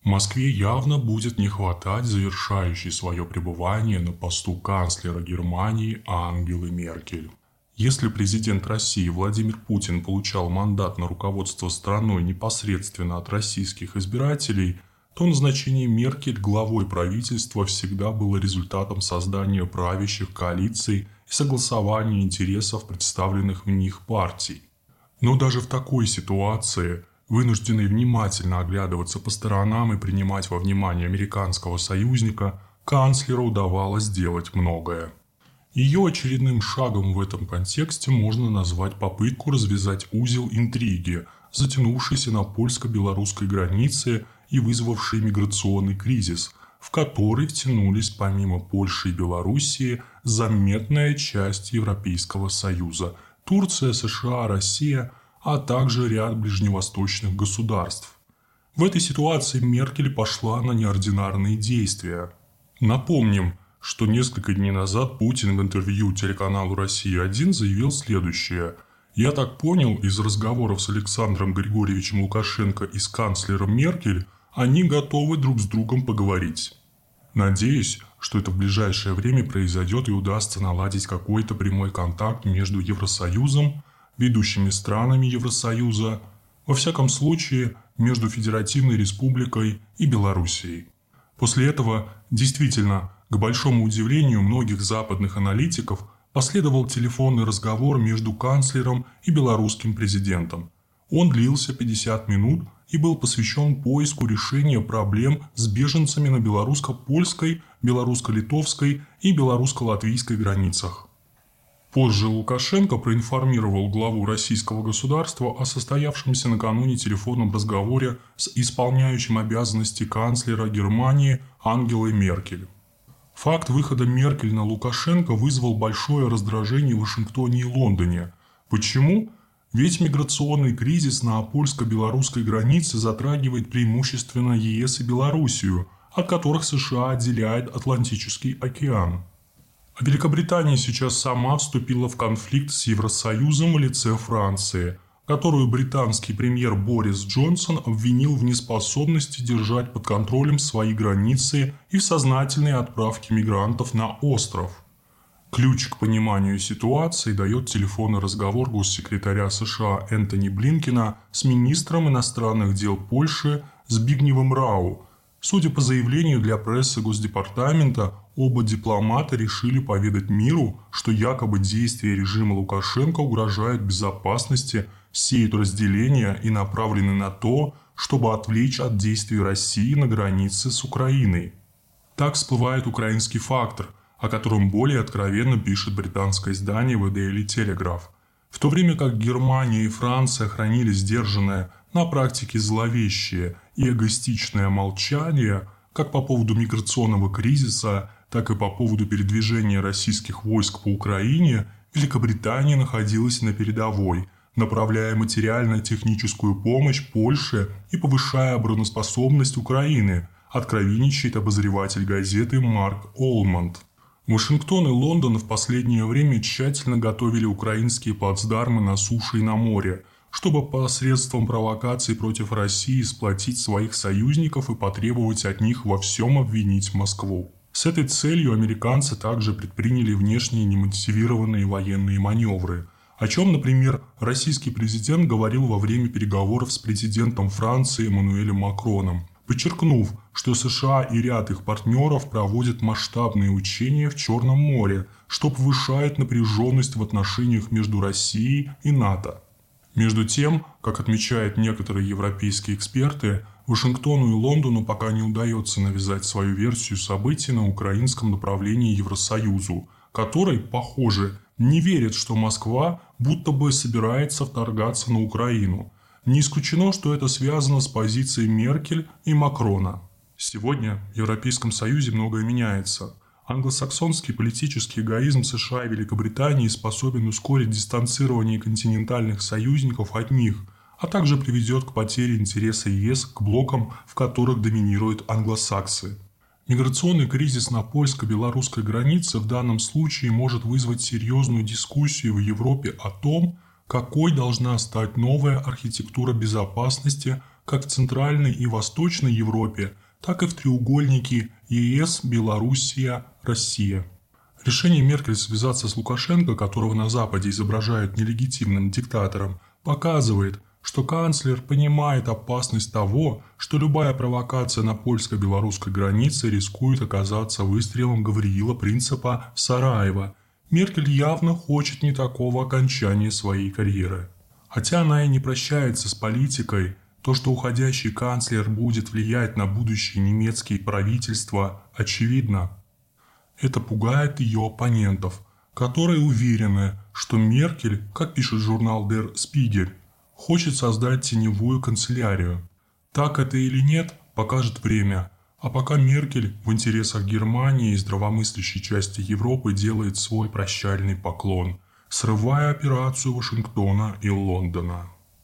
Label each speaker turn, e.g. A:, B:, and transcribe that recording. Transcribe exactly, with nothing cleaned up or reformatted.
A: Москве явно будет не хватать завершающей свое пребывание на посту канцлера Германии Ангелы Меркель. Если президент России Владимир Путин получал мандат на руководство страной непосредственно от российских избирателей, то назначение Меркель главой правительства всегда было результатом создания правящих коалиций и согласования интересов представленных в них партий. Но даже в такой ситуации, вынужденный внимательно оглядываться по сторонам и принимать во внимание американского союзника, канцлеру удавалось сделать многое. Ее очередным шагом в этом контексте можно назвать попытку развязать узел интриги, затянувшийся на польско-белорусской границе и вызвавший миграционный кризис, в который втянулись помимо Польши и Белоруссии заметная часть Европейского Союза – Турция, США, Россия, а также ряд ближневосточных государств. В этой ситуации Меркель пошла на неординарные действия. Напомним, что несколько дней назад Путин в интервью телеканалу «Россия один» заявил следующее. «Я так понял, из разговоров с Александром Григорьевичем Лукашенко и с канцлером Меркель, они готовы друг с другом поговорить. Надеюсь, что это в ближайшее время произойдет и удастся наладить какой-то прямой контакт между Евросоюзом, ведущими странами Евросоюза, во всяком случае, между Федеративной Республикой и Белоруссией». После этого, действительно, к большому удивлению многих западных аналитиков, последовал телефонный разговор между канцлером и белорусским президентом. Он длился пятьдесят минут и был посвящен поиску решения проблем с беженцами на белорусско-польской, белорусско-литовской и белорусско-латвийской границах. Позже Лукашенко проинформировал главу российского государства о состоявшемся накануне телефонном разговоре с исполняющим обязанности канцлера Германии Ангелой Меркель. Факт выхода Меркель на Лукашенко вызвал большое раздражение в Вашингтоне и Лондоне. Почему? Ведь миграционный кризис на польско-белорусской границе затрагивает преимущественно ЕС и Белоруссию, от которых США отделяет Атлантический океан. А Великобритания сейчас сама вступила в конфликт с Евросоюзом в лице Франции, которую британский премьер Борис Джонсон обвинил в неспособности держать под контролем свои границы и в сознательной отправке мигрантов на остров. Ключ к пониманию ситуации дает телефонный разговор госсекретаря США Энтони Блинкена с министром иностранных дел Польши Збигневым Рау. Судя по заявлению для прессы Госдепартамента, оба дипломата решили поведать миру, что якобы действия режима Лукашенко угрожают безопасности, сеют разделения и направлены на то, чтобы отвлечь от действий России на границе с Украиной. Так всплывает украинский фактор, о котором более откровенно пишет британское издание The Daily Telegraph. В то время как Германия и Франция хранили сдержанное, на практике зловещее и эгоистичное молчание как по поводу миграционного кризиса, так и по поводу передвижения российских войск по Украине, Великобритания находилась на передовой, направляя материально-техническую помощь Польше и повышая обороноспособность Украины, откровенничает обозреватель газеты Марк Олмонд. Вашингтон и Лондон в последнее время тщательно готовили украинские плацдармы на суше и на море, чтобы посредством провокаций против России сплотить своих союзников и потребовать от них во всем обвинить Москву. С этой целью американцы также предприняли внешние немотивированные военные маневры, о чем, например, российский президент говорил во время переговоров с президентом Франции Эммануэлем Макроном, подчеркнув, что США и ряд их партнеров проводят масштабные учения в Черном море, что повышает напряженность в отношениях между Россией и НАТО. Между тем, как отмечают некоторые европейские эксперты, Вашингтону и Лондону пока не удается навязать свою версию событий на украинском направлении Евросоюзу, который, похоже, не верит, что Москва будто бы собирается вторгаться на Украину. Не исключено, что это связано с позицией Меркель и Макрона. Сегодня в Европейском Союзе многое меняется. Англосаксонский политический эгоизм США и Великобритании способен ускорить дистанцирование континентальных союзников от них, а также приведет к потере интереса ЕС к блокам, в которых доминируют англосаксы. Миграционный кризис на польско-белорусской границе в данном случае может вызвать серьезную дискуссию в Европе о том, какой должна стать новая архитектура безопасности как в Центральной и Восточной Европе, так и в треугольнике Е С, Белоруссия, Россия. Решение Меркель связаться с Лукашенко, которого на Западе изображают нелегитимным диктатором, показывает, что канцлер понимает опасность того, что любая провокация на польско-белорусской границе рискует оказаться выстрелом Гавриила Принципа в Сараево. Меркель явно хочет не такого окончания своей карьеры. Хотя она и не прощается с политикой, то, что уходящий канцлер будет влиять на будущее немецкие правительства, очевидно. Это пугает ее оппонентов, которые уверены, что Меркель, как пишет журнал Der Spiegel, хочет создать теневую канцелярию. Так это или нет, покажет время. А пока Меркель в интересах Германии и здравомыслящей части Европы делает свой прощальный поклон, срывая операцию Вашингтона и Лондона.